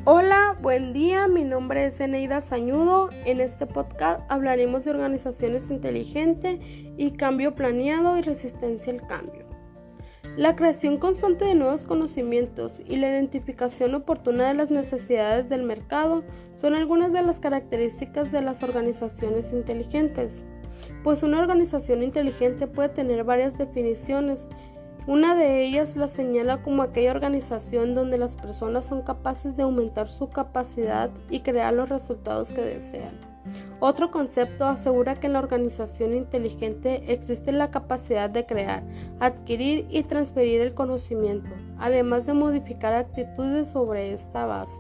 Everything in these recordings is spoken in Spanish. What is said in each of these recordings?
Hola, buen día, mi nombre es Eneida Sañudo. En este podcast hablaremos de organizaciones inteligentes y cambio planeado y resistencia al cambio. La creación constante de nuevos conocimientos y la identificación oportuna de las necesidades del mercado son algunas de las características de las organizaciones inteligentes. Pues una organización inteligente puede tener varias definiciones. Una de ellas la señala como aquella organización donde las personas son capaces de aumentar su capacidad y crear los resultados que desean. Otro concepto asegura que en la organización inteligente existe la capacidad de crear, adquirir y transferir el conocimiento, además de modificar actitudes sobre esta base.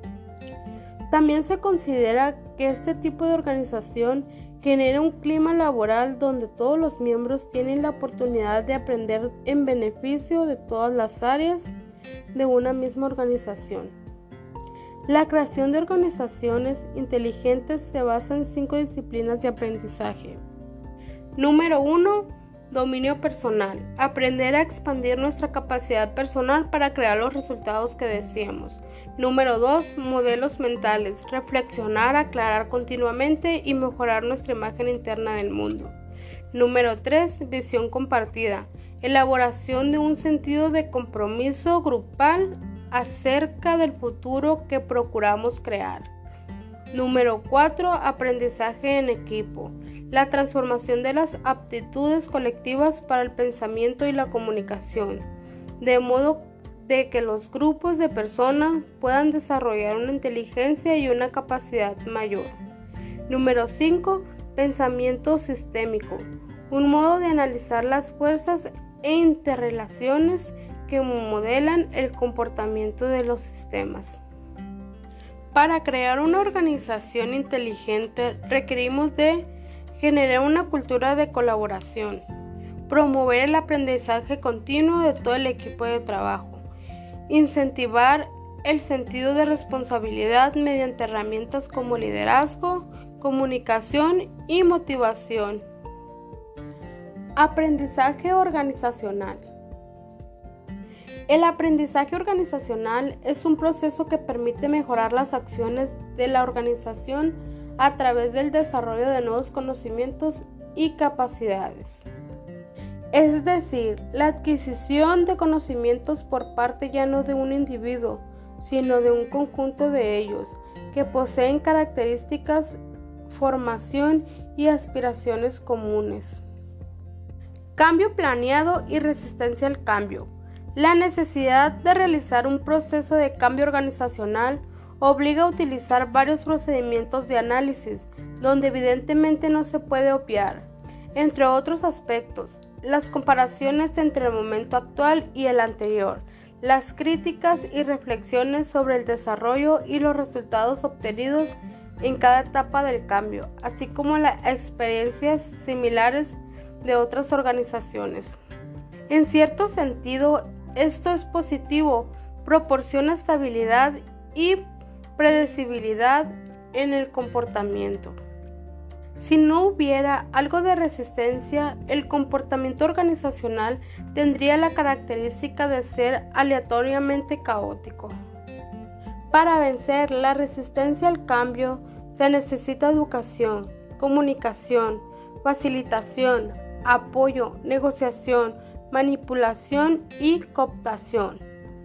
También se considera que este tipo de organización genera un clima laboral donde todos los miembros tienen la oportunidad de aprender en beneficio de todas las áreas de una misma organización. La creación de organizaciones inteligentes se basa en 5 disciplinas de aprendizaje. Número 1. Dominio personal. Aprender a expandir nuestra capacidad personal para crear los resultados que deseamos. Número 2. Modelos mentales. Reflexionar, aclarar continuamente y mejorar nuestra imagen interna del mundo. Número 3. Visión compartida. Elaboración de un sentido de compromiso grupal acerca del futuro que procuramos crear. Número 4. Aprendizaje en equipo. La transformación de las aptitudes colectivas para el pensamiento y la comunicación, de modo de que los grupos de personas puedan desarrollar una inteligencia y una capacidad mayor. Número 5. Pensamiento sistémico. Un modo de analizar las fuerzas e interrelaciones que modelan el comportamiento de los sistemas. Para crear una organización inteligente requerimos de generar una cultura de colaboración, promover el aprendizaje continuo de todo el equipo de trabajo, incentivar el sentido de responsabilidad mediante herramientas como liderazgo, comunicación y motivación. Aprendizaje organizacional. El aprendizaje organizacional es un proceso que permite mejorar las acciones de la organización a través del desarrollo de nuevos conocimientos y capacidades. Es decir, la adquisición de conocimientos por parte ya no de un individuo, sino de un conjunto de ellos, que poseen características, formación y aspiraciones comunes. Cambio planeado y resistencia al cambio. La necesidad de realizar un proceso de cambio organizacional obliga a utilizar varios procedimientos de análisis, donde evidentemente no se puede obviar, entre otros aspectos, las comparaciones entre el momento actual y el anterior, las críticas y reflexiones sobre el desarrollo y los resultados obtenidos en cada etapa del cambio, así como las experiencias similares de otras organizaciones. En cierto sentido, esto es positivo, proporciona estabilidad y predecibilidad en el comportamiento. Si no hubiera algo de resistencia, el comportamiento organizacional tendría la característica de ser aleatoriamente caótico. Para vencer la resistencia al cambio, se necesita educación, comunicación, facilitación, apoyo, negociación, manipulación y cooptación.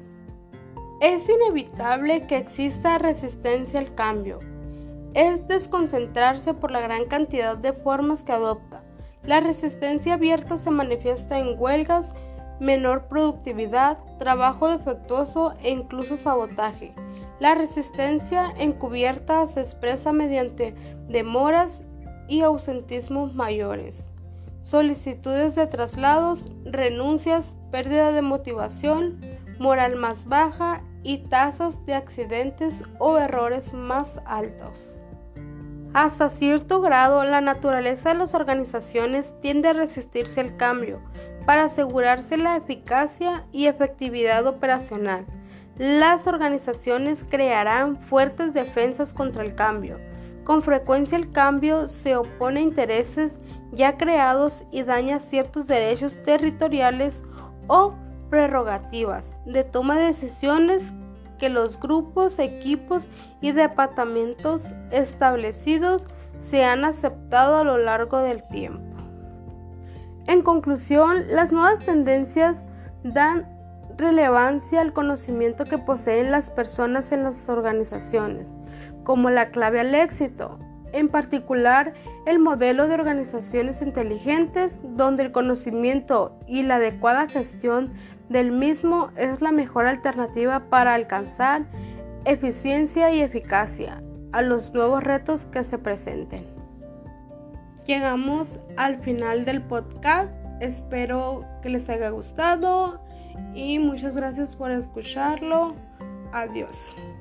Es inevitable que exista resistencia al cambio. Es desconcentrarse por la gran cantidad de formas que adopta. La resistencia abierta se manifiesta en huelgas, menor productividad, trabajo defectuoso e incluso sabotaje. La resistencia encubierta se expresa mediante demoras y ausentismos mayores, solicitudes de traslados, renuncias, pérdida de motivación, moral más baja y tasas de accidentes o errores más altos. Hasta cierto grado, la naturaleza de las organizaciones tiende a resistirse al cambio para asegurarse la eficacia y efectividad operacional. Las organizaciones crearán fuertes defensas contra el cambio. Con frecuencia el cambio se opone a intereses ya creados y daña ciertos derechos territoriales o prerrogativas de toma de decisiones que los grupos, equipos y departamentos establecidos se han aceptado a lo largo del tiempo. En conclusión, las nuevas tendencias dan relevancia al conocimiento que poseen las personas en las organizaciones como la clave al éxito, en particular el modelo de organizaciones inteligentes donde el conocimiento y la adecuada gestión del mismo es la mejor alternativa para alcanzar eficiencia y eficacia a los nuevos retos que se presenten. Llegamos al final del podcast, espero que les haya gustado y muchas gracias por escucharlo. Adiós.